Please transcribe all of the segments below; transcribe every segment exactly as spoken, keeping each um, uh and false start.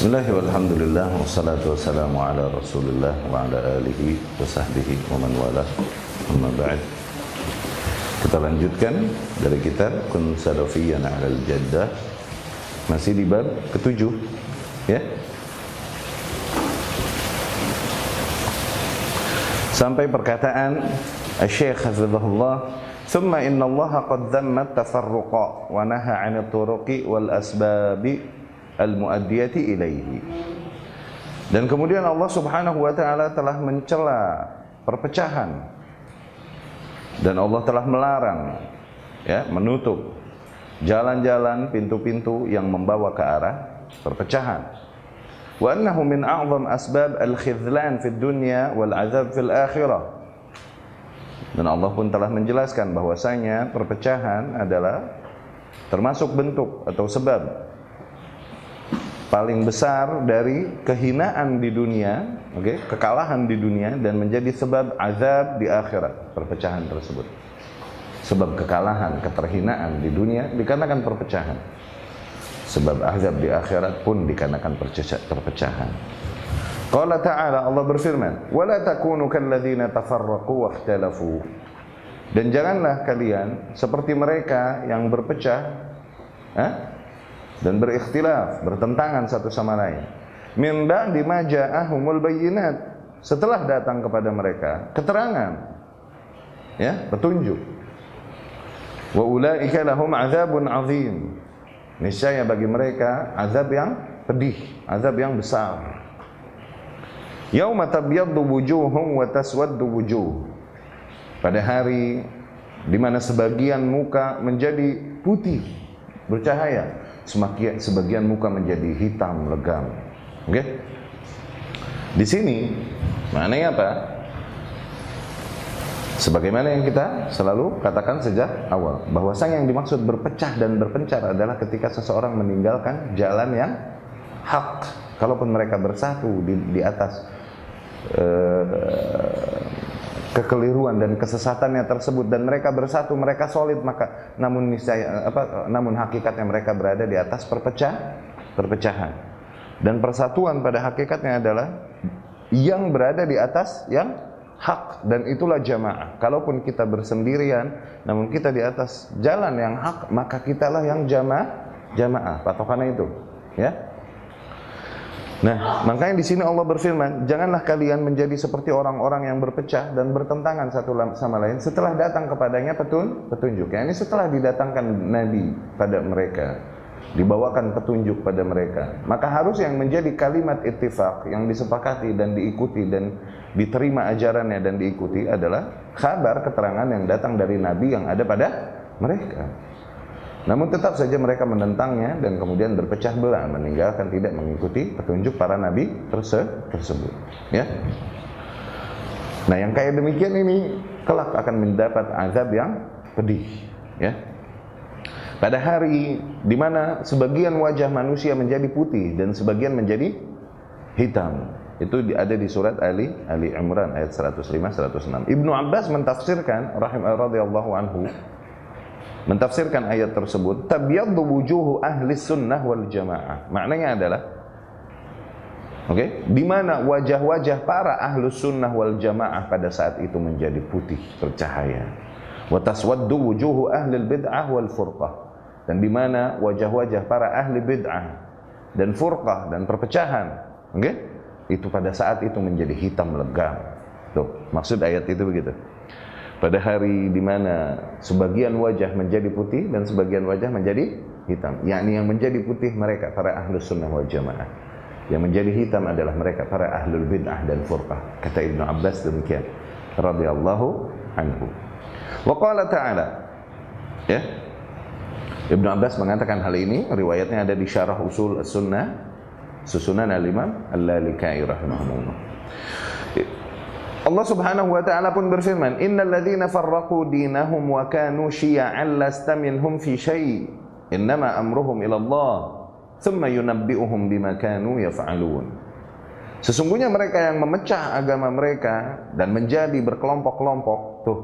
Bismillah walhamdulillah wassalatu wassalamu ala rasulillah wa ala alihi wa sahbihi wa man wala amma ba'd. Kita lanjutkan dari kitab Kun Salafiyan alal Jaddah, masih di bab ketujuh ya, sampai perkataan Syekh Hafizahullah, thumma inna allaha qad dhamma tafarruqa wa naha 'anil turuqi wal asbabi al-mu'addiyati ilaihi. Dan kemudian Allah Subhanahu wa taala telah mencela perpecahan, dan Allah telah melarang ya, menutup jalan-jalan, pintu-pintu yang membawa ke arah perpecahan. Wa annahu min a'zam asbab al-khidlan fid dunya wal 'adzab fil akhirah. Dan Allah pun telah menjelaskan bahwasanya perpecahan adalah termasuk bentuk atau sebab paling besar dari kehinaan di dunia, oke, okay? kekalahan di dunia, dan menjadi sebab azab di akhirat. Perpecahan tersebut sebab kekalahan, keterhinaan di dunia dikarenakan perpecahan, sebab azab di akhirat pun dikarenakan perpecahan. Qala ta'ala, Allah berfirman, wala takunu kalladzina tafarraqu wakhtalafu. Dan janganlah kalian seperti mereka yang berpecah eh? dan berikhtilaf, bertentangan satu sama lain. Min ba'di ma ja'ahumul bayyinat, setelah datang kepada mereka keterangan, ya, petunjuk. Wa ulaika lahum 'adzabun 'adzim. Niscaya bagi mereka azab yang pedih, azab yang besar. Yauma tabyaddu wujuhum wa taswaddu wujuh. Pada hari di mana sebagian muka menjadi putih, bercahaya, semakin sebagian muka menjadi hitam legam. Oke? Okay? Di sini maknanya apa? Sebagaimana yang kita selalu katakan sejak awal, bahwasanya yang dimaksud berpecah dan berpencar adalah ketika seseorang meninggalkan jalan yang hak. Kalaupun mereka bersatu di, di atas uh, kekeliruan dan kesesatannya tersebut, dan mereka bersatu, mereka solid, maka namun niscaya apa namun hakikatnya mereka berada di atas perpecah perpecahan. Dan persatuan pada hakikatnya adalah yang berada di atas yang hak, dan itulah jamaah. Kalaupun kita bersendirian namun kita di atas jalan yang hak, maka kitalah yang jamaah jamaah patokannya itu ya. Nah, makanya di sini Allah berfirman, janganlah kalian menjadi seperti orang-orang yang berpecah dan bertentangan satu sama lain setelah datang kepadanya petun, petunjuk. Ya, ini setelah didatangkan Nabi pada mereka, dibawakan petunjuk pada mereka. Maka harus yang menjadi kalimat ittifaq, yang disepakati dan diikuti dan diterima ajarannya dan diikuti adalah kabar, keterangan yang datang dari Nabi yang ada pada mereka. Namun tetap saja mereka menentangnya dan kemudian berpecah belah, meninggalkan, tidak mengikuti petunjuk para nabi terse tersebut ya. Nah, yang kayak demikian ini kelak akan mendapat azab yang pedih ya. Pada hari di mana sebagian wajah manusia menjadi putih dan sebagian menjadi hitam. Itu ada di surat Ali Ali Imran ayat seratus lima seratus enam. Ibnu Abbas mentafsirkan rahimahullah radhiyallahu anhu, mentafsirkan ayat tersebut, tabyaddu wujuhu ahli sunnah wal jamaah. Maknanya adalah, oke, okay, di mana wajah-wajah para ahlu sunnah wal jamaah pada saat itu menjadi putih, bercahaya. Wa taswaddu wujuhu ahli bid'ah wal furqah. Dan di mana wajah-wajah para ahli bid'ah dan furqah dan perpecahan, oke, okay, itu pada saat itu menjadi hitam legam. Tuh, maksud ayat itu begitu. Pada hari di mana sebagian wajah menjadi putih dan sebagian wajah menjadi hitam, yakni yang menjadi putih mereka para ahlus sunnah wal jamaah, yang menjadi hitam adalah mereka para ahlul bid'ah dan furqah. Kata Ibnu Abbas demikian radhiyallahu anhu. Wa qala ta'ala, ya, Ibnu Abbas mengatakan hal ini, riwayatnya ada di Syarah Usul As-Sunnah susunan Al-Imam Al-Lalikai rahimahullah. Allah Subhanahu wa taala pun berfirman, innal ladzina farraqu dinahum wa kanu syi'an lasta minhum fi syai' innama amruhum ila Allah thumma yunabbi'uhum bima kanu yaf'alun. Sesungguhnya mereka yang memecah agama mereka dan menjadi berkelompok-kelompok, tuh,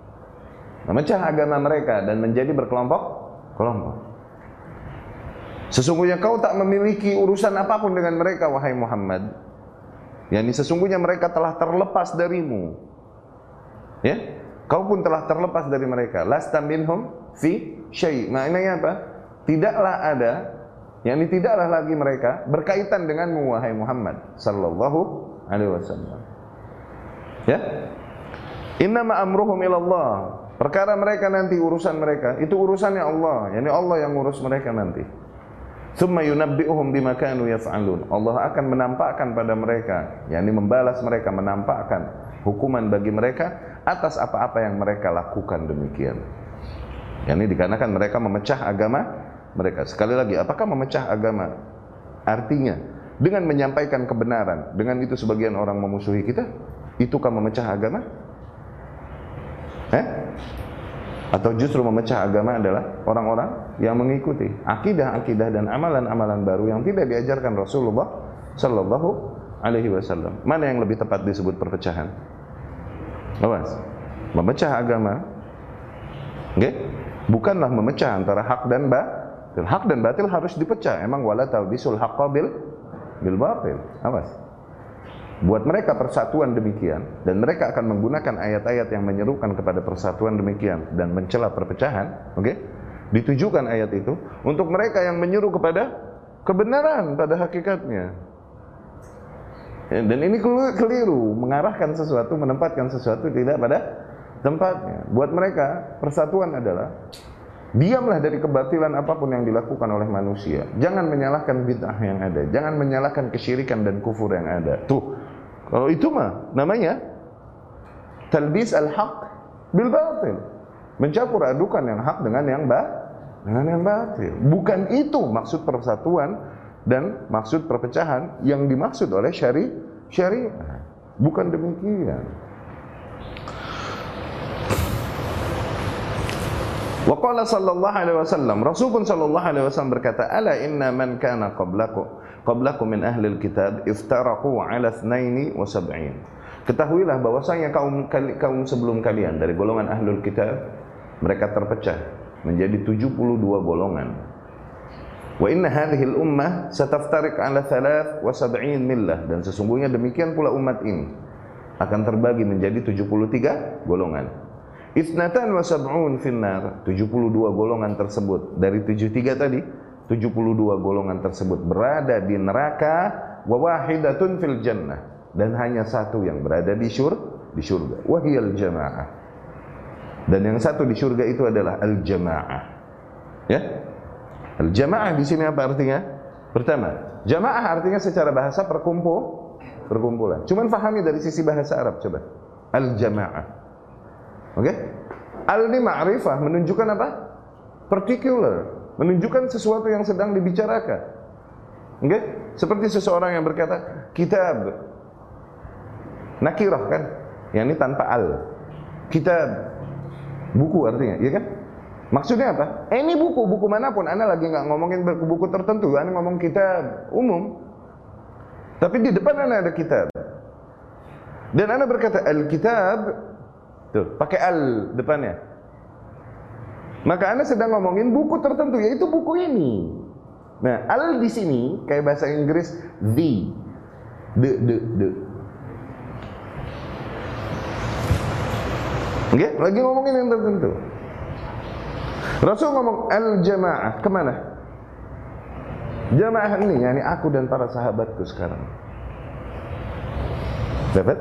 memecah agama mereka dan menjadi berkelompok-kelompok, Sesungguhnya kau tak memiliki urusan apapun dengan mereka, wahai Muhammad. Yani sesungguhnya mereka telah terlepas darimu. Ya, kau pun telah terlepas dari mereka. Lasta minhum fi syai'. Maknanya apa? Tidaklah ada, yani tidaklah lagi mereka berkaitan denganmu, wahai Muhammad sallallahu alaihi wasallam. Ya? Innama amruhum ilallah. Perkara mereka nanti, urusan mereka itu urusannya Allah. Yani Allah yang ngurus mereka nanti. Tsumma yunabbi'uhum bima kanu yaf'alun. Allah akan menampakkan pada mereka, yakni membalas mereka, menampakkan hukuman bagi mereka atas apa-apa yang mereka lakukan demikian. Yakni dikarenakan mereka memecah agama mereka. Sekali lagi, apakah memecah agama? Artinya dengan menyampaikan kebenaran, dengan itu sebagian orang memusuhi kita, itukah memecah agama? Eh? Atau justru memecah agama adalah orang-orang yang mengikuti akidah-akidah dan amalan-amalan baru yang tidak diajarkan Rasulullah sallallahu alaihi wasallam. Mana yang lebih tepat disebut perpecahan? Awas. Memecah agama, okay? Bukanlah memecah antara hak dan batil. Hak dan batil harus dipecah. Emang wala talbisul haqqa bil bil batil. Awas. Buat mereka persatuan demikian, dan mereka akan menggunakan ayat-ayat yang menyerukan kepada persatuan demikian dan mencela perpecahan, oke? Okay? Ditujukan ayat itu untuk mereka yang menyeru kepada kebenaran pada hakikatnya. Dan ini keliru, mengarahkan sesuatu, menempatkan sesuatu tidak pada tempatnya. Buat mereka persatuan adalah diamlah dari kebatilan apapun yang dilakukan oleh manusia. Jangan menyalahkan bid'ah yang ada, jangan menyalahkan kesyirikan dan kufur yang ada. Tuh, kalau itu mah namanya talbis al-haq bil batil. Mencampur adukan yang hak dengan yang ba dengan yang batil. Bukan itu maksud persatuan dan maksud perpecahan yang dimaksud oleh syari syariah. Bukan demikian. Wa qala sallallahu alaihi wasallam, Rasulullah sallallahu alaihi wasallam berkata, ala inna man kana qablakum qablakum min ahli alkitab iftaraqu ala itsnaini wa sab'in. Ketahuilah bahwasanya kaum kaum sebelum kalian dari golongan ahlul kitab, mereka terpecah menjadi tujuh puluh dua golongan. Wa inna hadhihi al-ummah sataftariq ala thalath wa sab'in millah, dan sesungguhnya demikian pula umat ini akan terbagi menjadi tujuh puluh tiga golongan. Isnatan wa sab'un finnar, tujuh puluh dua golongan tersebut dari tujuh puluh tiga tadi, tujuh puluh dua golongan tersebut berada di neraka, wa wahidatun fil jannah, dan hanya satu yang berada di syur di surga, wahiyal jamaah. Dan yang satu di surga itu adalah al-jamaah. Ya? Al-jamaah di sini apa artinya? Pertama, jamaah artinya secara bahasa perkumpul, perkumpulan. Cuman fahami dari sisi bahasa Arab coba. Al-jamaah. Oke? Okay? Al ini ma'rifah, menunjukkan apa? Particular, menunjukkan sesuatu yang sedang dibicarakan. Oke? Okay? Seperti seseorang yang berkata kitab, nakirah kan? Yang ini tanpa al. Kitab, buku artinya, iya kan? Maksudnya apa? Eh, ini buku, buku manapun. Anda lagi nggak ngomongin buku tertentu, Anda ngomong kitab umum. Tapi di depan Anda ada kitab. Dan Anda berkata al-kitab, tuh, pakai al depannya. Maka Anda sedang ngomongin buku tertentu, yaitu buku ini. Nah, al di sini kayak bahasa Inggris the, the, the, the. Oke, okay? Lagi ngomongin yang tertentu. Rasul ngomong al-jamaah, kemana? Jamaah ini, yakni aku dan para sahabatku sekarang. Dapat?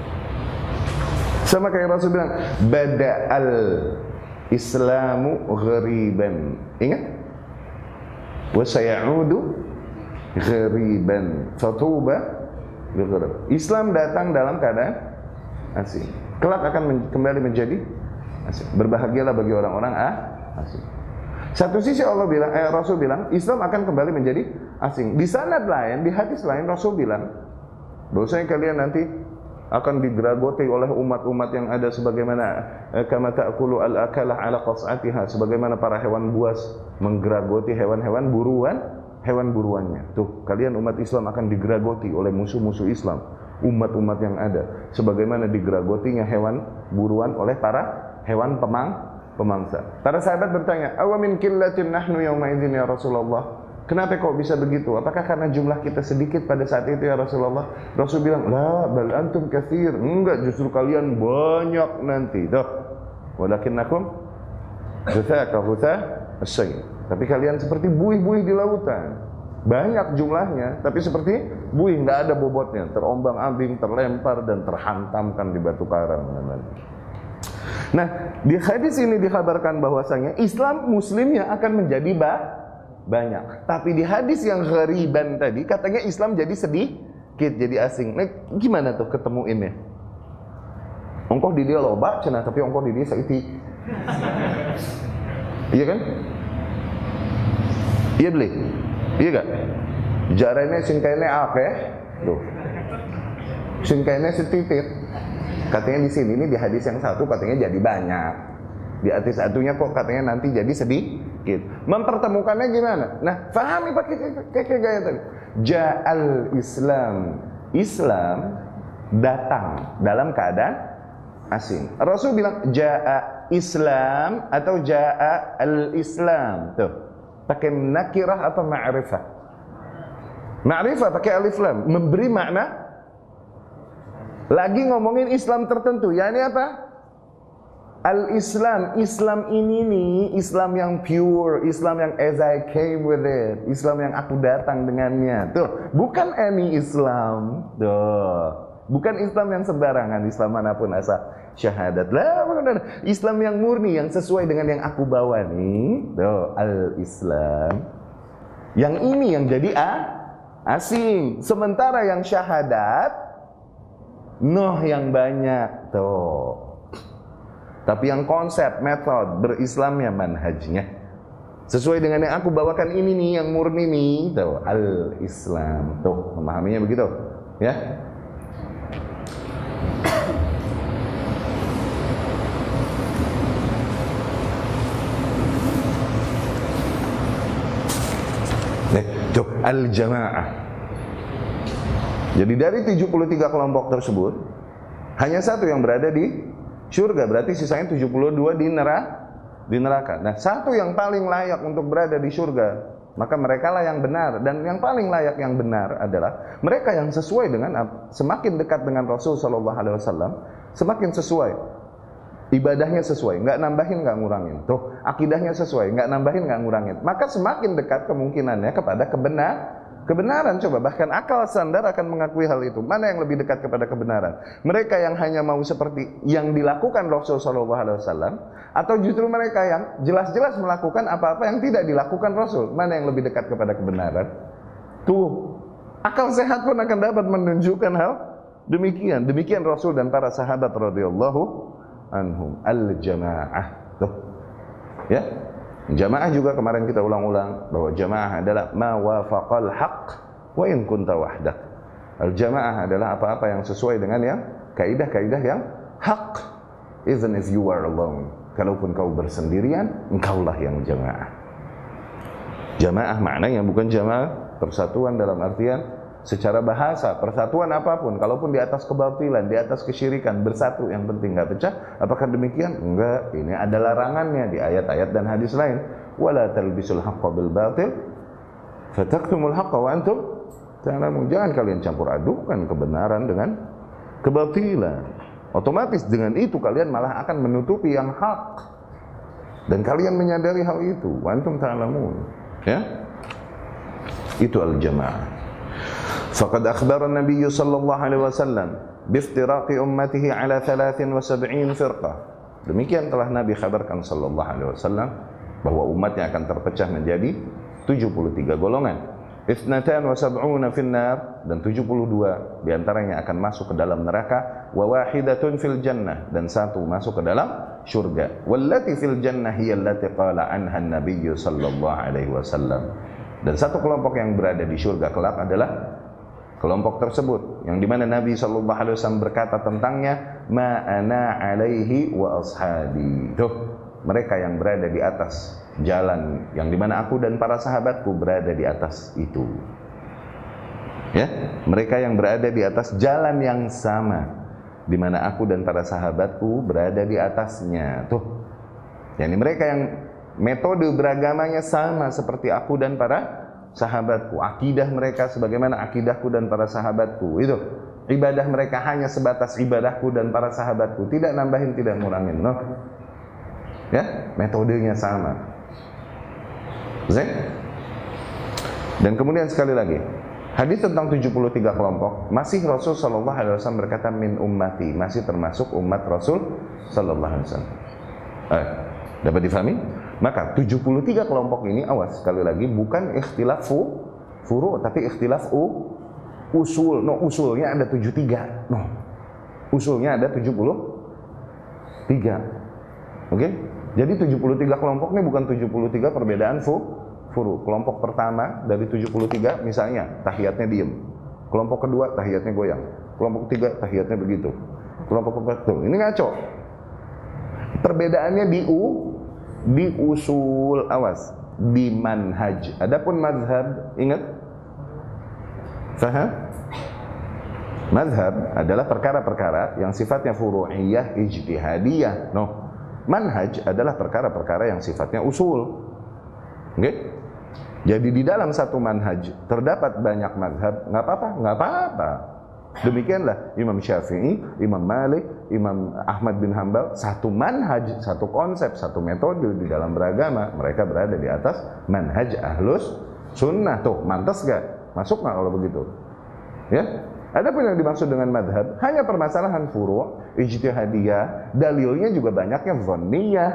Sama kayak Rasul bilang, bada'al Islamu ghariban. Ingat? Wa sayaudu ghariban. Fatuba bighurab. Islam datang dalam keadaan asing. Kelak akan kembali menjadi asing. Berbahagialah bagi orang-orang ah, asing. Satu sisi Allah bilang, eh, Rasul bilang, Islam akan kembali menjadi asing. Di sanad lain, di hadis lain Rasul bilang, bahwasanya kalian nanti akan digeragoti oleh umat-umat yang ada sebagaimana kama ta'kulu al-akalah ala qas'atiha, sebagaimana para hewan buas menggeragoti hewan-hewan buruan, hewan buruannya. Tuh, kalian umat Islam akan digeragoti oleh musuh-musuh Islam, umat-umat yang ada sebagaimana digeragotinya hewan buruan oleh para hewan pemang pemangsa. Para sahabat bertanya, "Awa min qillatin nahnu yawma idzin ya Rasulullah?" Kenapa kok bisa begitu? Apakah karena jumlah kita sedikit pada saat itu ya Rasulullah? Rasul bilang, la bal antum katsir. Enggak, justru kalian banyak nanti. Tuh. Walakinnakum hutha ka hutha as-sayl. Tapi kalian seperti buih-buih di lautan. Banyak jumlahnya, tapi seperti buih, nggak ada bobotnya, terombang-ambing, terlempar dan terhantamkan di batu karang. Nah, di hadis ini dikabarkan bahwasanya Islam muslimnya akan menjadi ba banyak. Tapi di hadis yang ghariban tadi katanya Islam jadi sedikit, jadi asing. Nah, gimana tuh ketemuinnya? Ongkoh di dia loba cenah, tapi ongkoh di dia saeutik. Iya kan? Iya beli. Iya gak? Jarane sing kene akeh, tuh. Sing kene setitit. Katanya di sini ini di hadis yang satu katanya jadi banyak. Di hadis satunya kok katanya nanti jadi sedikit. Mempertemukannya gimana? Nah, pahami pakai kayak gaya tadi. Ja'al Islam. Islam datang dalam keadaan asing. Rasul bilang ja'a Islam atau ja'a al-Islam. Tuh. Pakai nakirah atau ma'rifah? Ma'rifah pakai alif lam, memberi makna. Lagi ngomongin Islam tertentu, yakni apa? Al-Islam, Islam ini nih, Islam yang pure, Islam yang as I came with it, Islam yang aku datang dengannya. Tuh, bukan any Islam. Tuh. Bukan Islam yang sembarangan, Islam manapun asal syahadat. Lah, bukan. Islam yang murni, yang sesuai dengan yang aku bawa nih. Tuh, al-Islam. Yang ini yang jadi a asing. Sementara yang syahadat, noh yang banyak. Tuh. Tapi yang konsep, metode berislamnya, manhajnya sesuai dengan yang aku bawakan ini nih, yang murni nih. Tuh, al-Islam. Tuh, memahaminya begitu, ya. Tuh, al-jamaah. Jadi dari tujuh puluh tiga kelompok tersebut, hanya satu yang berada di surga, berarti sisanya tujuh puluh dua di neraka. Di neraka. Nah, satu yang paling layak untuk berada di surga, maka mereka lah yang benar. Dan yang paling layak yang benar adalah mereka yang sesuai dengan, semakin dekat dengan Rasul Shallallahu Alaihi Wasallam, semakin sesuai. Ibadahnya sesuai, nggak nambahin, nggak ngurangin. Tuh, akidahnya sesuai, nggak nambahin, nggak ngurangin. Maka semakin dekat kemungkinannya kepada kebenar, kebenaran. Coba, bahkan akal standar akan mengakui hal itu. Mana yang lebih dekat kepada kebenaran? Mereka yang hanya mau seperti yang dilakukan Rasul Shallallahu Alaihi Wasallam, atau justru mereka yang jelas-jelas melakukan apa-apa yang tidak dilakukan Rasul? Mana yang lebih dekat kepada kebenaran? Tuh, akal sehat pun akan dapat menunjukkan hal demikian. Demikian Rasul dan para sahabat radhiyallahu anhum. Al-jamaah. Tuh. Ya. Jamaah juga kemarin kita ulang-ulang bahwa jamaah adalah ma wafaqal haqq wa in kunta wahdak. Al-jamaah adalah apa-apa yang sesuai dengan yang kaidah-kaidah yang hak, even if you are alone. Kalaupun kau bersendirian, engkaulah yang jamaah. Jamaah maknanya bukan jamaah persatuan dalam artian secara bahasa, persatuan apapun, kalaupun di atas kebatilan, di atas kesyirikan, bersatu yang penting, nggak pecah. Apakah demikian? Enggak. Ini ada larangannya di ayat-ayat dan hadis lain. Wala talbisul haqqa bil batil fataktumul haqqa wa antum ta'lamun. Jangan kalian campur adukan kebenaran dengan kebatilan. Otomatis dengan itu kalian malah akan menutupi yang hak. Dan kalian menyadari hal itu. Wa antum ta'lamun. Ya? Itu al-jamaah. Faqad akhbara an-nabiy sallallahu alaihi wasallam biftiraqi ummatihi ala thalathin wa sab'in firqah. Demikian telah Nabi khabarkan sallallahu alaihi wasallam bahwa umatnya akan terpecah menjadi tujuh puluh tiga golongan. Ithnatan wa sab'una fin nar, dan tujuh puluh dua di antaranya akan masuk ke dalam neraka, wa wahidatun fil jannah, dan satu masuk ke dalam surga. Wallati fil jannah hiya allati qala anha an-nabiy sallallahu alaihi wasallam. Dan satu kelompok yang berada di surga kelak adalah kelompok tersebut yang dimana Nabi Shallallahu Alaihi Wasallam berkata tentangnya, ma ana alaihi wa ashabi. Tuh, mereka yang berada di atas jalan yang dimana aku dan para sahabatku berada di atas itu. Ya, mereka yang berada di atas jalan yang sama, dimana aku dan para sahabatku berada di atasnya. Tuh, yakni mereka yang metode beragamanya sama seperti aku dan para sahabatku, akidah mereka sebagaimana akidahku dan para sahabatku. Itu ibadah mereka hanya sebatas ibadahku dan para sahabatku, tidak nambahin, tidak ngurangin. No. Ya, metodenya sama. Zek. Dan kemudian sekali lagi, hadis tentang tujuh puluh tiga kelompok, masih Rasul sallallahu alaihi wasallam berkata min ummati, masih termasuk umat Rasul sallallahu alaihi wasallam. Eh, dapat difahami? Maka tujuh puluh tiga kelompok ini, awas sekali lagi, bukan ikhtilaf fu, furu, tapi ikhtilaf u, usul. No, usulnya ada tujuh puluh tiga. No. Usulnya ada tujuh puluh tiga. Oke? Okay? Jadi tujuh puluh tiga kelompok ini bukan tujuh puluh tiga perbedaan fu, furu. Kelompok pertama dari tujuh puluh tiga misalnya tahiyatnya diem. Kelompok kedua tahiyatnya goyang. Kelompok ketiga tahiyatnya begitu. Kelompok keempat tuh. Ini ngaco. Perbedaannya di u, di usul, awas, di manhaj. Adapun mazhab, ingat? Faham? Mazhab adalah perkara-perkara yang sifatnya furu'iyah, ijtihadiyah. No. Manhaj adalah perkara-perkara yang sifatnya usul. Oke? Okay? Jadi di dalam satu manhaj terdapat banyak mazhab, nggak apa-apa, nggak apa-apa. Demikianlah Imam Syafi'i, Imam Malik, Imam Ahmad bin Hanbal, satu manhaj, satu konsep, satu metode di dalam beragama. Mereka berada di atas manhaj ahlus sunnah. Tuh, mantas gak? Masuk nggak kalau begitu? Ya? Adapun yang dimaksud dengan madhab hanya permasalahan furu', ijtihadiyah, dalilnya juga banyaknya dhanniyah.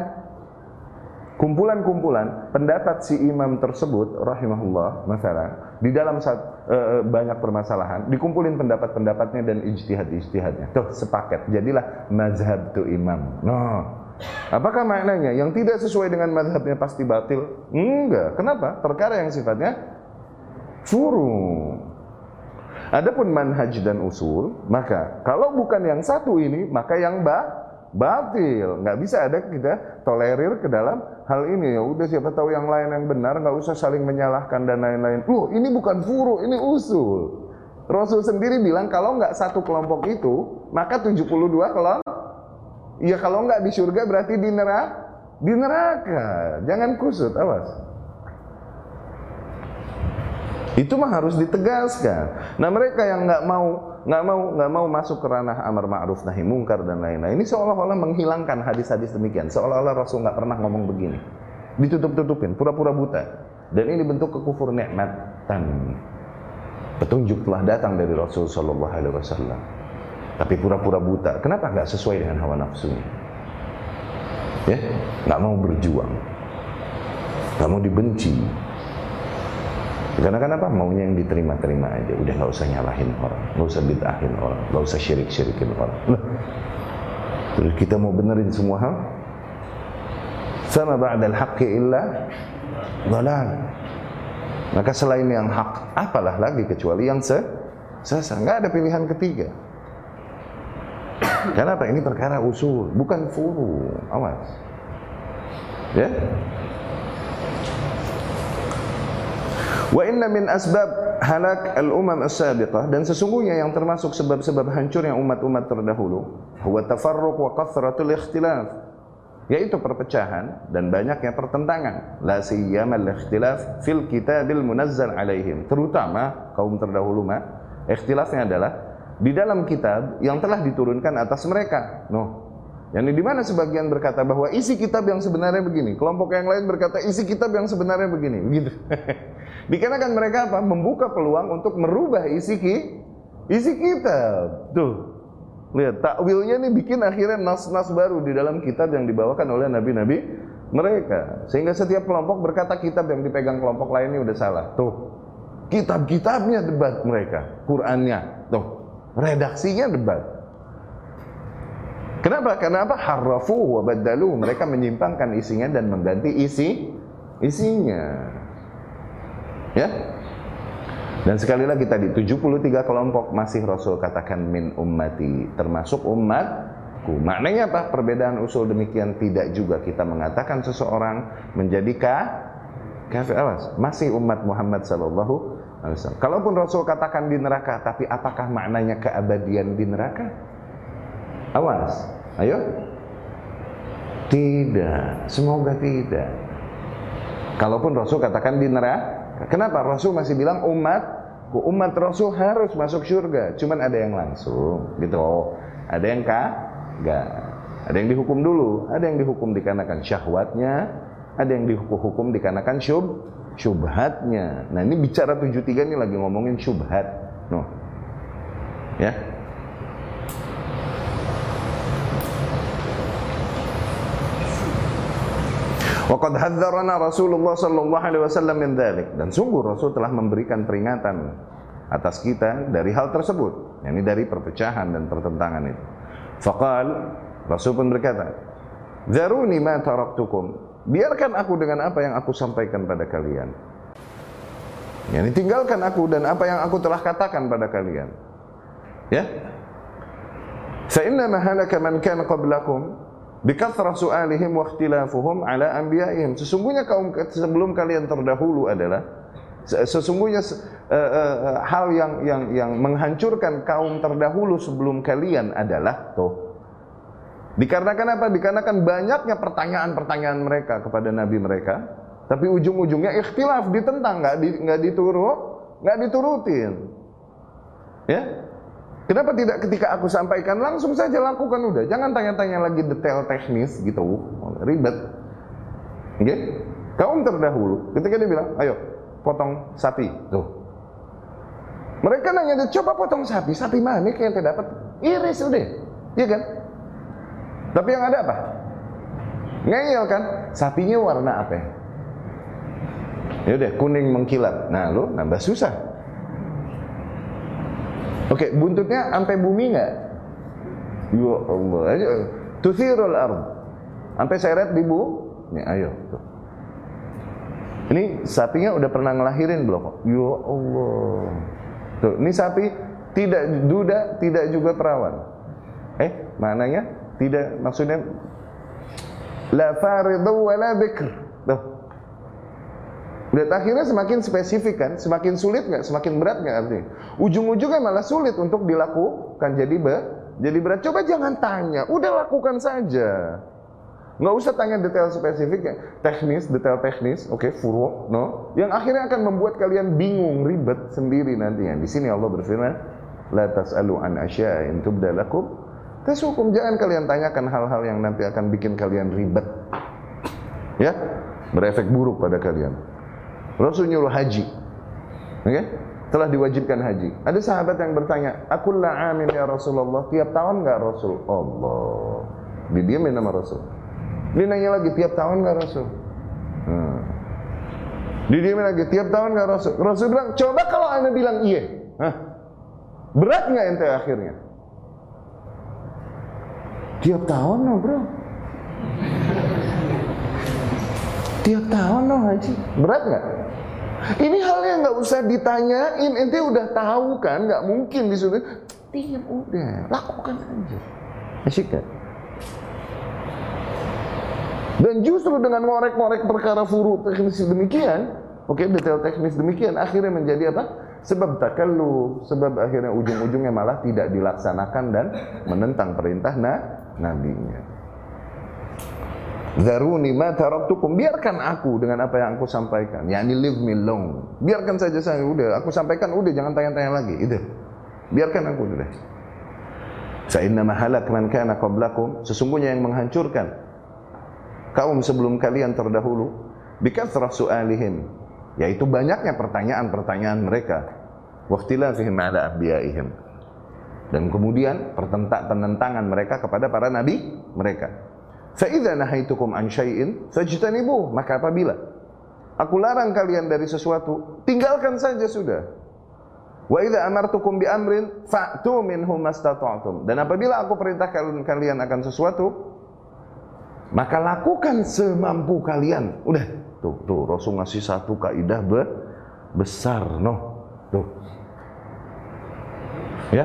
Kumpulan-kumpulan pendapat si imam tersebut rahimahullah masalah di dalam saat, e, banyak permasalahan dikumpulin pendapat-pendapatnya dan ijtihad-ijtihadnya. Tuh sepaket, jadilah mazhab tu imam. Nah, apakah maknanya yang tidak sesuai dengan mazhabnya pasti batil? Enggak. Kenapa? Perkara yang sifatnya furu'. Adapun manhaj dan usul, maka kalau bukan yang satu ini, maka yang ba batil. Nggak bisa ada kita tolerir ke dalam hal ini. Ya udah, siapa tahu yang lain yang benar, nggak usah saling menyalahkan dan lain-lain. Loh, ini bukan furu, ini usul. Rasul sendiri bilang kalau nggak satu kelompok itu, maka tujuh puluh dua kelompok. Ya kalau nggak di surga berarti di neraka. Di neraka. Jangan kusut, awas. Itu mah harus ditegaskan. Nah, mereka yang nggak mau, nggak mau, nggak mau masuk ke ranah amar ma'ruf nahi mungkar dan lain-lain, ini seolah-olah menghilangkan hadis-hadis demikian. Seolah-olah Rasul nggak pernah ngomong begini. Ditutup-tutupin, pura-pura buta. Dan ini bentuk kekufur nikmatan. Petunjuk telah datang dari Rasul Sallallahu Alaihi Wasallam, tapi pura-pura buta. Kenapa nggak sesuai dengan hawa nafsunya? Ya, nggak mau berjuang, nggak mau dibenci. Karena kenapa? Maunya yang diterima-terima aja. Udah nggak usah nyalahin orang, nggak usah bid'ahin orang, nggak usah syirik-syirikin orang. Loh. Terus kita mau benerin semua hal? Sama ba'dal haqqi illa dhalal. Maka selain yang hak, apalah lagi kecuali yang se sesat. Nggak ada pilihan ketiga. Kenapa? Ini perkara usul, bukan furu. Awas. Ya. Wa inna min asbab halak al-umam as-sabiqah, dan sesungguhnya yang termasuk sebab-sebab hancurnya umat-umat terdahulu, huwa tafarruq wa kathratul ikhtilaf, yaitu perpecahan dan banyaknya pertentangan. La siyama al-ikhtilaf fil kitabil munazzal alaihim, terutama kaum terdahulu mah ikhtilafnya adalah di dalam kitab yang telah diturunkan atas mereka. Noh, yang di mana sebagian berkata bahwa isi kitab yang sebenarnya begini, kelompok yang lain berkata isi kitab yang sebenarnya begini, begitu. Dikarenakan mereka apa? Membuka peluang untuk merubah isi ki, isi kitab. Tuh, lihat takwilnya nih bikin akhirnya nas-nas baru di dalam kitab yang dibawakan oleh nabi-nabi mereka. Sehingga setiap kelompok berkata kitab yang dipegang kelompok lain ini udah salah. Tuh, kitab-kitabnya debat mereka, Qur'annya, tuh, redaksinya debat. Kenapa? Karena apa? Harrafu wa badalu. Mereka menyimpangkan isinya dan mengganti isi isinya. Ya. Dan sekali lagi tadi tujuh puluh tiga kelompok masih Rasul katakan min ummati, termasuk umatku. Maknanya apa? Perbedaan usul demikian tidak juga kita mengatakan seseorang menjadi kafir. Awas, masih umat Muhammad sallallahu alaihi wasallam. Kalaupun Rasul katakan di neraka, tapi apakah maknanya keabadian di neraka? Awas, ayo. Tidak, semoga tidak. Kalaupun Rasul katakan di neraka, neraka. Kenapa? Rasul masih bilang umat umat Rasul harus masuk surga. Cuman ada yang langsung gitu. Ada yang kagak. Ada yang dihukum dulu, ada yang dihukum dikarenakan syahwatnya, ada yang dihukum dikarenakan syub syubhatnya. Nah, ini bicara tujuh tiga ini lagi ngomongin syubhat. No. Ya. Waqad hadzarana Rasulullah sallallahu alaihi wasallam min dzalik, dan sungguh Rasul telah memberikan peringatan atas kita dari hal tersebut, yakni dari perpecahan dan pertentangan itu. Faqal, Rasul pun berkata, "Dzaruni ma taraktukum." Biarkan aku dengan apa yang aku sampaikan pada kalian. Yani tinggalkan aku dan apa yang aku telah katakan pada kalian. Ya? Fa inna ma halaka man kana qablakum bikathrah su'alihim wa ikhtilafuhum ala anbiya'ihim. Sesungguhnya kaum sebelum kalian terdahulu adalah sesungguhnya uh, uh, hal yang yang yang menghancurkan kaum terdahulu sebelum kalian adalah tuh. Dikarenakan apa? Dikarenakan banyaknya pertanyaan-pertanyaan mereka kepada nabi mereka, tapi ujung-ujungnya ikhtilaf, ditentang, nggak di, nggak diturut, nggak diturutin. Ya? Kenapa tidak ketika aku sampaikan langsung saja lakukan udah, jangan tanya-tanya lagi detail teknis gitu, ribet. Oke? Okay? Kaum terdahulu, ketika dia bilang, ayo potong sapi, tuh. Mereka nanya, coba potong sapi, sapi mana yang tidak dapat? Iris udah, iya kan? Tapi yang ada apa? Ngeyel kan? Sapinya warna apa? Ya udah, kuning mengkilat. Nah, lu nambah susah. Oke, buntutnya sampai bumi enggak? Ya Allah, ayo tuthirul ard. Sampai seret di bu. Nih, ayo tuh. Ini sapinya udah pernah ngelahirin belum? Ya Allah. Tuh, ini sapi tidak duda, tidak juga perawan. Eh, maknanya tidak, maksudnya la faridhu wa la bikr. Tuh. Lihat akhirnya semakin spesifik kan, semakin sulit nggak, semakin berat nggak artinya. Ujung-ujungnya malah sulit untuk dilakukan jadi be, jadi berat. Coba jangan tanya, udah lakukan saja. Nggak usah tanya detail spesifik ya, teknis, detail teknis, oke, okay, furu, no. Yang akhirnya akan membuat kalian bingung, ribet sendiri nantinya. Di sini Allah berfirman, la tas'alu an asya'in tubda lakum. Tes hukum, jangan kalian tanyakan hal-hal yang nanti akan bikin kalian ribet, ya, berefek buruk pada kalian. Rasul nyuruh haji, oke, okay? Telah diwajibkan haji. Ada sahabat yang bertanya, aku la'amin ya Rasulullah, tiap tahun nggak Rasul? Allah, didiamin sama Rasul. Dia nanya lagi, tiap tahun nggak Rasul? Hmm. Didiamin lagi, tiap tahun nggak Rasul? Rasul bilang, coba kalau anda bilang iya, hah? Berat nggak ente akhirnya? Tiap tahun no bro, tiap tahun no haji, berat nggak? Ini hal yang nggak usah ditanyain, ente udah tahu kan, nggak mungkin disuruh. Diam udah, lakukan saja. Asyik kan? Dan justru dengan ngorek-ngorek perkara furu teknis demikian, oke, okay, detail teknis demikian, akhirnya menjadi apa? Sebab takallu, sebab akhirnya ujung-ujungnya malah tidak dilaksanakan dan menentang perintah nah, nabinya. Zaruni ma taraktukum, biarkan aku dengan apa yang aku sampaikan. Yani leave me alone. Biarkan saja saya, udah aku sampaikan, udah jangan tanya-tanya lagi. Itu. Biarkan aku udah. Fa inna ma halak man kana qablakum, sesungguhnya yang menghancurkan kaum sebelum kalian terdahulu bikathrah su'alihim, yaitu banyaknya pertanyaan-pertanyaan mereka, waqtilafihim ala anbiya'ihim, dan kemudian penentangan mereka kepada para nabi mereka. Fa idza nahaitukum an syai'in fajtanibuh, maka apabila aku larang kalian dari sesuatu, tinggalkan saja sudah. Wa idza amartukum bi amrin fa'tu minhu mastata'tum, dan apabila aku perintahkan kalian akan sesuatu, maka lakukan semampu kalian. Udah, tuh, tuh Rasul ngasih satu kaidah be besar, noh, tuh, ya.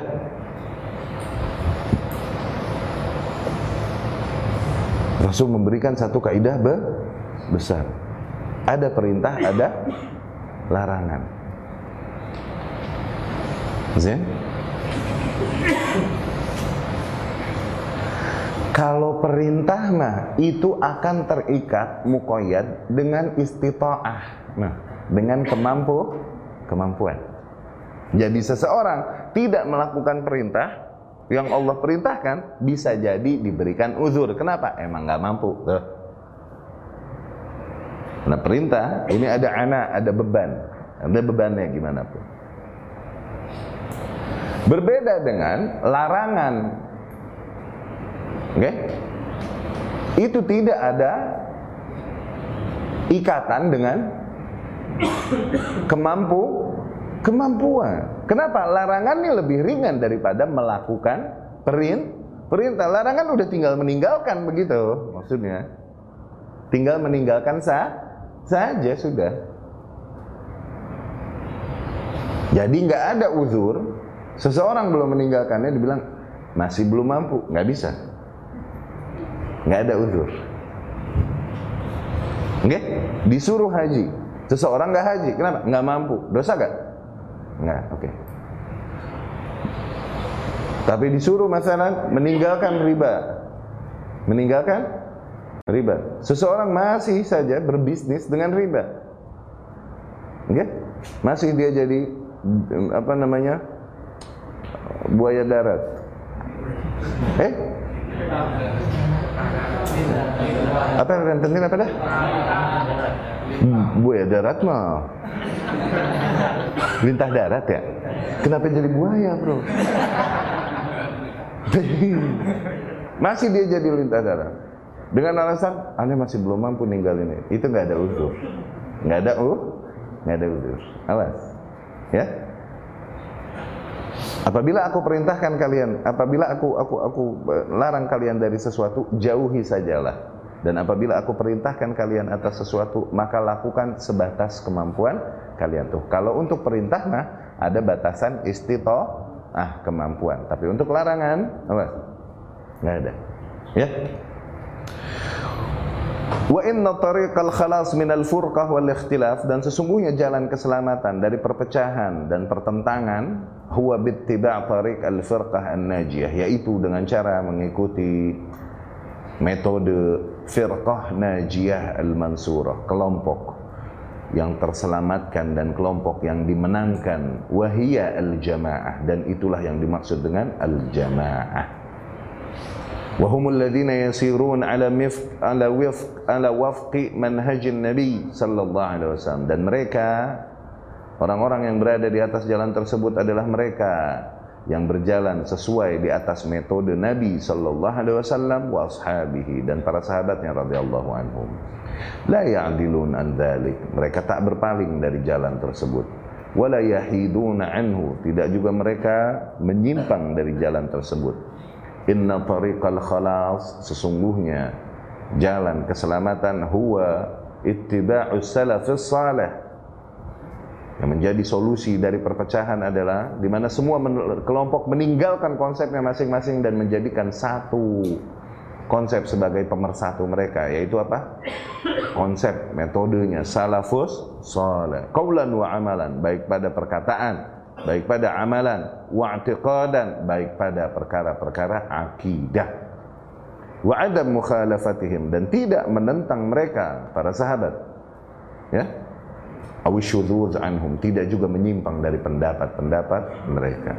Rasul memberikan satu kaidah be besar. Ada perintah, ada larangan. Zin? Kalau perintah mah itu akan terikat muqayyad dengan istita'ah. Nah, dengan kemampu kemampuan. Jadi seseorang tidak melakukan perintah yang Allah perintahkan, bisa jadi diberikan uzur. Kenapa? Emang nggak mampu. Tuh. Nah, perintah ini ada ana, ada beban, ada bebannya gimana pun. Berbeda dengan larangan, oke? Okay? Itu tidak ada ikatan dengan kemampu kemampuan. Kenapa? Larangan ini lebih ringan daripada melakukan perin, perintah. Larangan udah tinggal meninggalkan begitu, maksudnya. Tinggal meninggalkan sah, saja sudah. Jadi nggak ada uzur. Seseorang belum meninggalkannya dibilang masih belum mampu, nggak bisa. Nggak ada uzur. Oke? Okay? Disuruh haji. Seseorang nggak haji, kenapa? Nggak mampu. Dosa nggak? Nggak, oke. Okay. Tapi disuruh masalah meninggalkan riba. Meninggalkan riba. Seseorang masih saja berbisnis dengan riba. Oke? Okay? Masih dia jadi apa namanya? Buaya darat. Eh? Apa rentenir apa dah? Hmm, buaya darat mah. Lintah darat ya? Kenapa jadi buaya, bro? Masih dia jadi lintah darat. Dengan alasan, Anda masih belum mampu ninggalin ini. Itu nggak ada uzur. Nggak ada uh, nggak ada uzur. Awas, ya. Apabila aku perintahkan kalian, apabila aku aku aku larang kalian dari sesuatu, jauhi sajalah. Dan apabila aku perintahkan kalian atas sesuatu, maka lakukan sebatas kemampuan kalian tuh. Kalau untuk perintah mah ada batasan istita'ah, kemampuan. Tapi untuk larangan, apa? Nggak ada. Ya. Wa inna tariqal khalas minal furqah wal ikhtilaf, dan sesungguhnya jalan keselamatan dari perpecahan dan pertentangan, huwa bittiba' tariq al-firqah an-najiyah, yaitu dengan cara mengikuti metode firqah najiyah al-mansurah, kelompok yang terselamatkan dan kelompok yang dimenangkan, wahiyya al-jamaah, dan itulah yang dimaksud dengan al-jamaah. Wa humul ladzina yasirun ala mifq ala wifq ala wafqi manhajin nabi sallallahu alaihi wasallam, dan mereka orang-orang yang berada di atas jalan tersebut adalah mereka yang berjalan sesuai di atas metode Nabi sallallahu alaihi wasallam wa ashabihi, dan para sahabatnya radhiyallahu anhum. La ya'dilun an dzalik, mereka tak berpaling dari jalan tersebut. Wala yahiduna anhu, tidak juga mereka menyimpang dari jalan tersebut. Inna tariqal khalas, sesungguhnya jalan keselamatan, huwa ittiba'us salafis salih. Yang menjadi solusi dari perpecahan adalah di mana semua men- kelompok meninggalkan konsepnya masing-masing dan menjadikan satu konsep sebagai pemersatu mereka, yaitu apa? Konsep metodenya salafus salih, qaulan wa amalan, baik pada perkataan, baik pada amalan, wa i'tiqadan, baik pada perkara-perkara akidah, wa adam mukhalafatihim, dan tidak menentang mereka para sahabat, ya, awisyudzuz anhum, tidak juga menyimpang dari pendapat-pendapat mereka.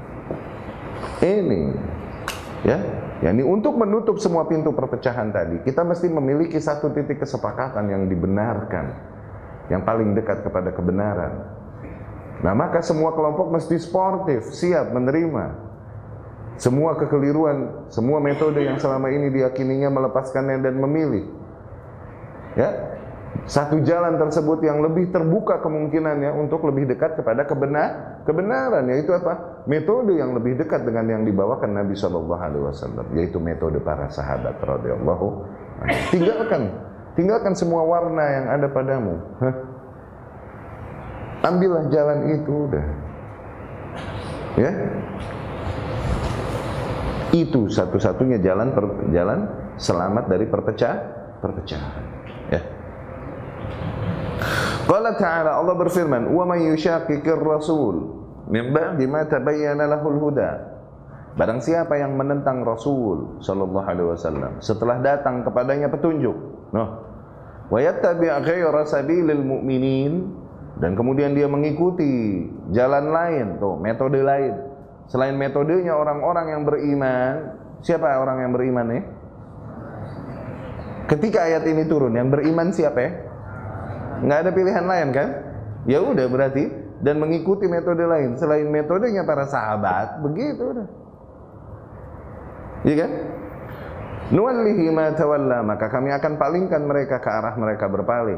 Ini, ya, yakni untuk menutup semua pintu perpecahan tadi, kita mesti memiliki satu titik kesepakatan yang dibenarkan, yang paling dekat kepada kebenaran. Nah, maka semua kelompok mesti sportif, siap menerima semua kekeliruan, semua metode yang selama ini diyakininya, melepaskannya dan memilih, ya, satu jalan tersebut yang lebih terbuka kemungkinannya untuk lebih dekat kepada kebenar, kebenaran, yaitu apa? Metode yang lebih dekat dengan yang dibawakan Nabi shallallahu alaihi wasallam, yaitu metode para sahabat radhiyallahu anhum. Tinggalkan, tinggalkan semua warna yang ada padamu. Hah? Ambillah jalan itu, udah. Ya, itu satu-satunya jalan per, jalan selamat dari perpecah, perpecahan. Ya. Qala ta'ala, Allah berfirman, "Wa may yushaqiqir rasul min ba'di ma tabayyana lahul huda." Barang siapa yang menentang Rasul sallallahu alaihi wasallam setelah datang kepadanya petunjuk. Noh, wa yattabi' ghayra sabilil mu'minin, dan kemudian dia mengikuti jalan lain, tuh metode lain selain metodenya orang-orang yang beriman. Siapa orang yang beriman nih? Ketika ayat ini turun, yang beriman siapa ya? Nggak ada pilihan lain kan? Ya udah berarti, dan mengikuti metode lain selain metodenya para sahabat, begitu udah. Iya kan? Nuwallihi ma tawalla, maka kami akan palingkan mereka ke arah mereka berpaling.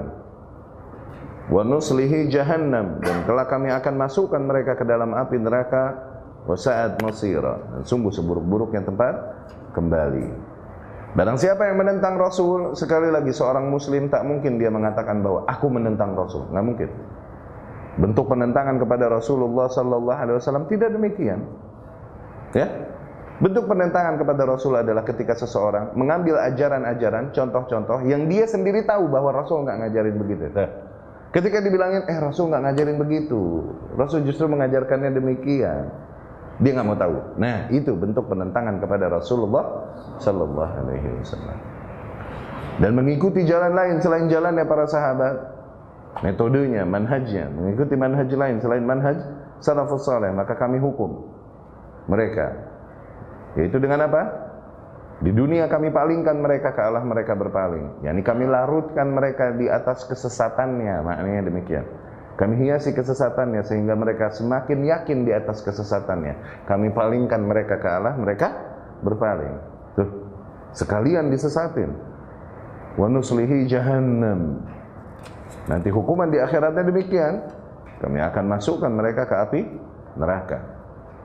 Wa nuslihi jahannam, dan kelak kami akan masukkan mereka ke dalam api neraka. Wa sa'at masira, dan sungguh seburuk-buruknya tempat kembali. Barang siapa yang menentang Rasul, sekali lagi seorang muslim tak mungkin dia mengatakan bahwa aku menentang Rasul, nggak mungkin. Bentuk penentangan kepada Rasulullah sallallahu alaihi wasallam tidak demikian. Ya? Bentuk penentangan kepada Rasul adalah ketika seseorang mengambil ajaran-ajaran, contoh-contoh yang dia sendiri tahu bahwa Rasul nggak ngajarin begitu. Nah, ketika dibilangin, eh Rasul nggak ngajarin begitu, Rasul justru mengajarkannya demikian, dia nggak mau tahu. Nah, itu bentuk penentangan kepada Rasulullah sallallahu alaihi wasallam. Dan mengikuti jalan lain selain jalannya para sahabat, metodenya, manhajnya, mengikuti manhaj lain selain manhaj salafus saleh, maka kami hukum mereka. Yaitu dengan apa? Di dunia kami palingkan mereka ke arah mereka berpaling. yakni kami larutkan mereka di atas kesesatannya, maknanya demikian. Kami hiasi kesesatannya sehingga mereka semakin yakin di atas kesesatannya. Kami palingkan mereka ke arah mereka berpaling. Tuh, sekalian disesatin. Wa nuslihi jahannam. Nanti hukuman di akhiratnya demikian. Kami akan masukkan mereka ke api neraka.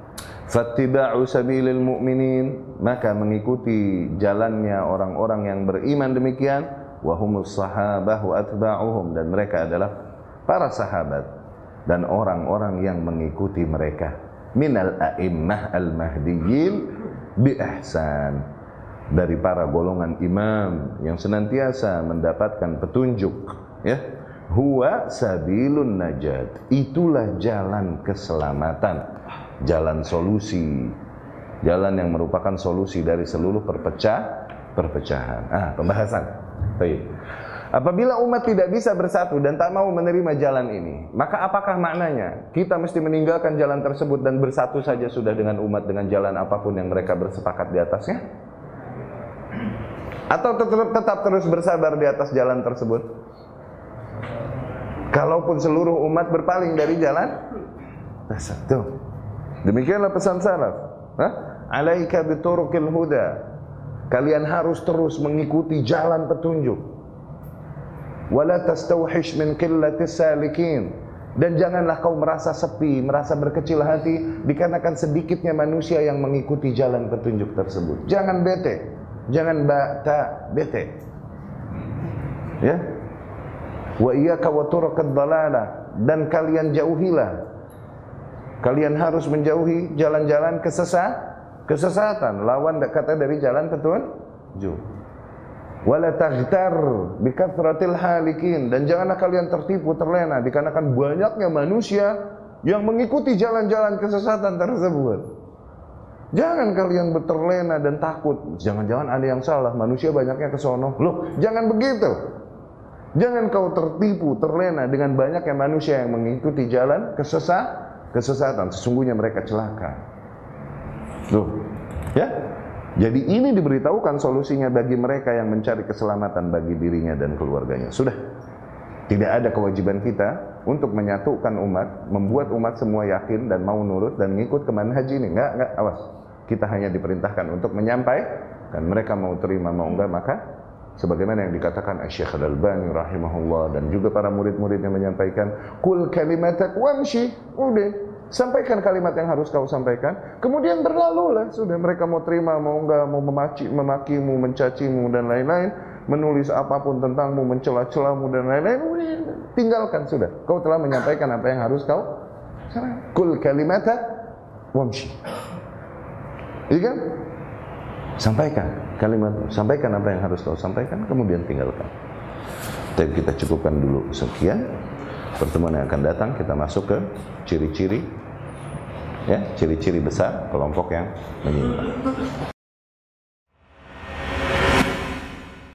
Fattiba'u sabilil mu'minin, maka mengikuti jalannya orang-orang yang beriman demikian. Wa humus sahabah wa atba'uhum, dan mereka adalah para sahabat dan orang-orang yang mengikuti mereka. Minal a'immah al-mahdiyyin bi ihsan, dari para golongan imam yang senantiasa mendapatkan petunjuk, ya. Huwa sabilun najat, itulah jalan keselamatan, jalan solusi, jalan yang merupakan solusi dari seluruh perpecah perpecahan. Ah, pembahasan. Baik. Apabila umat tidak bisa bersatu dan tak mau menerima jalan ini, maka apakah maknanya kita mesti meninggalkan jalan tersebut dan bersatu saja sudah dengan umat dengan jalan apapun yang mereka bersepakat di atasnya? Atau tetap, tetap terus bersabar di atas jalan tersebut? Kalaupun seluruh umat berpaling dari jalan tersebut. Demikianlah pesan salaf. Hah? Alaika biturukil huda. Kalian harus terus mengikuti jalan petunjuk. Wala tastauhish min qillatis salikin, dan janganlah kau merasa sepi, merasa berkecil hati dikarenakan sedikitnya manusia yang mengikuti jalan petunjuk tersebut. Jangan bete, jangan bata bete. Ya. Wa iyyaka wa turuqad dhalalah, dan kalian jauhilah, kalian harus menjauhi jalan-jalan kesesat, kesesatan, lawan kata dari jalan petunjuk. Wala taghtar bikathratil halikin, dan janganlah kalian tertipu, terlena dikarenakan banyaknya manusia yang mengikuti jalan-jalan kesesatan tersebut. Jangan kalian berterlena dan takut, jangan-jangan ada yang salah, manusia banyaknya ke sono. Loh, jangan begitu. Jangan kau tertipu, terlena dengan banyaknya manusia yang mengikuti jalan kesesat, kesesatan. Sesungguhnya mereka celaka. Tuh, ya. Jadi ini diberitahukan solusinya bagi mereka yang mencari keselamatan bagi dirinya dan keluarganya. Sudah. Tidak ada kewajiban kita untuk menyatukan umat, membuat umat semua yakin dan mau nurut dan ngikut ke manhaj ini. Enggak, enggak, awas. Kita hanya diperintahkan untuk menyampaikan. Mereka mau terima, mau enggak, maka sebagaimana yang dikatakan Syekh Al-Albani rahimahullah dan juga para murid-muridnya menyampaikan, qul kalimatak wamshi, udah, sampaikan kalimat yang harus kau sampaikan, kemudian berlalulah. Sudah, mereka mau terima, mau enggak, mau memaci, memakimu, mencacimu dan lain-lain, menulis apapun tentangmu, mencela-celamu dan lain-lain, tinggalkan. Sudah, kau telah menyampaikan apa yang harus kau sampaikan. Qul kalimatak wamshi, iya kan? Sampaikan kalimat, sampaikan apa yang harus kau sampaikan, kemudian tinggalkan. Tapi kita cukupkan dulu sekian. Pertemuan yang akan datang kita masuk ke ciri-ciri, ya, ciri-ciri besar kelompok yang menyimpang.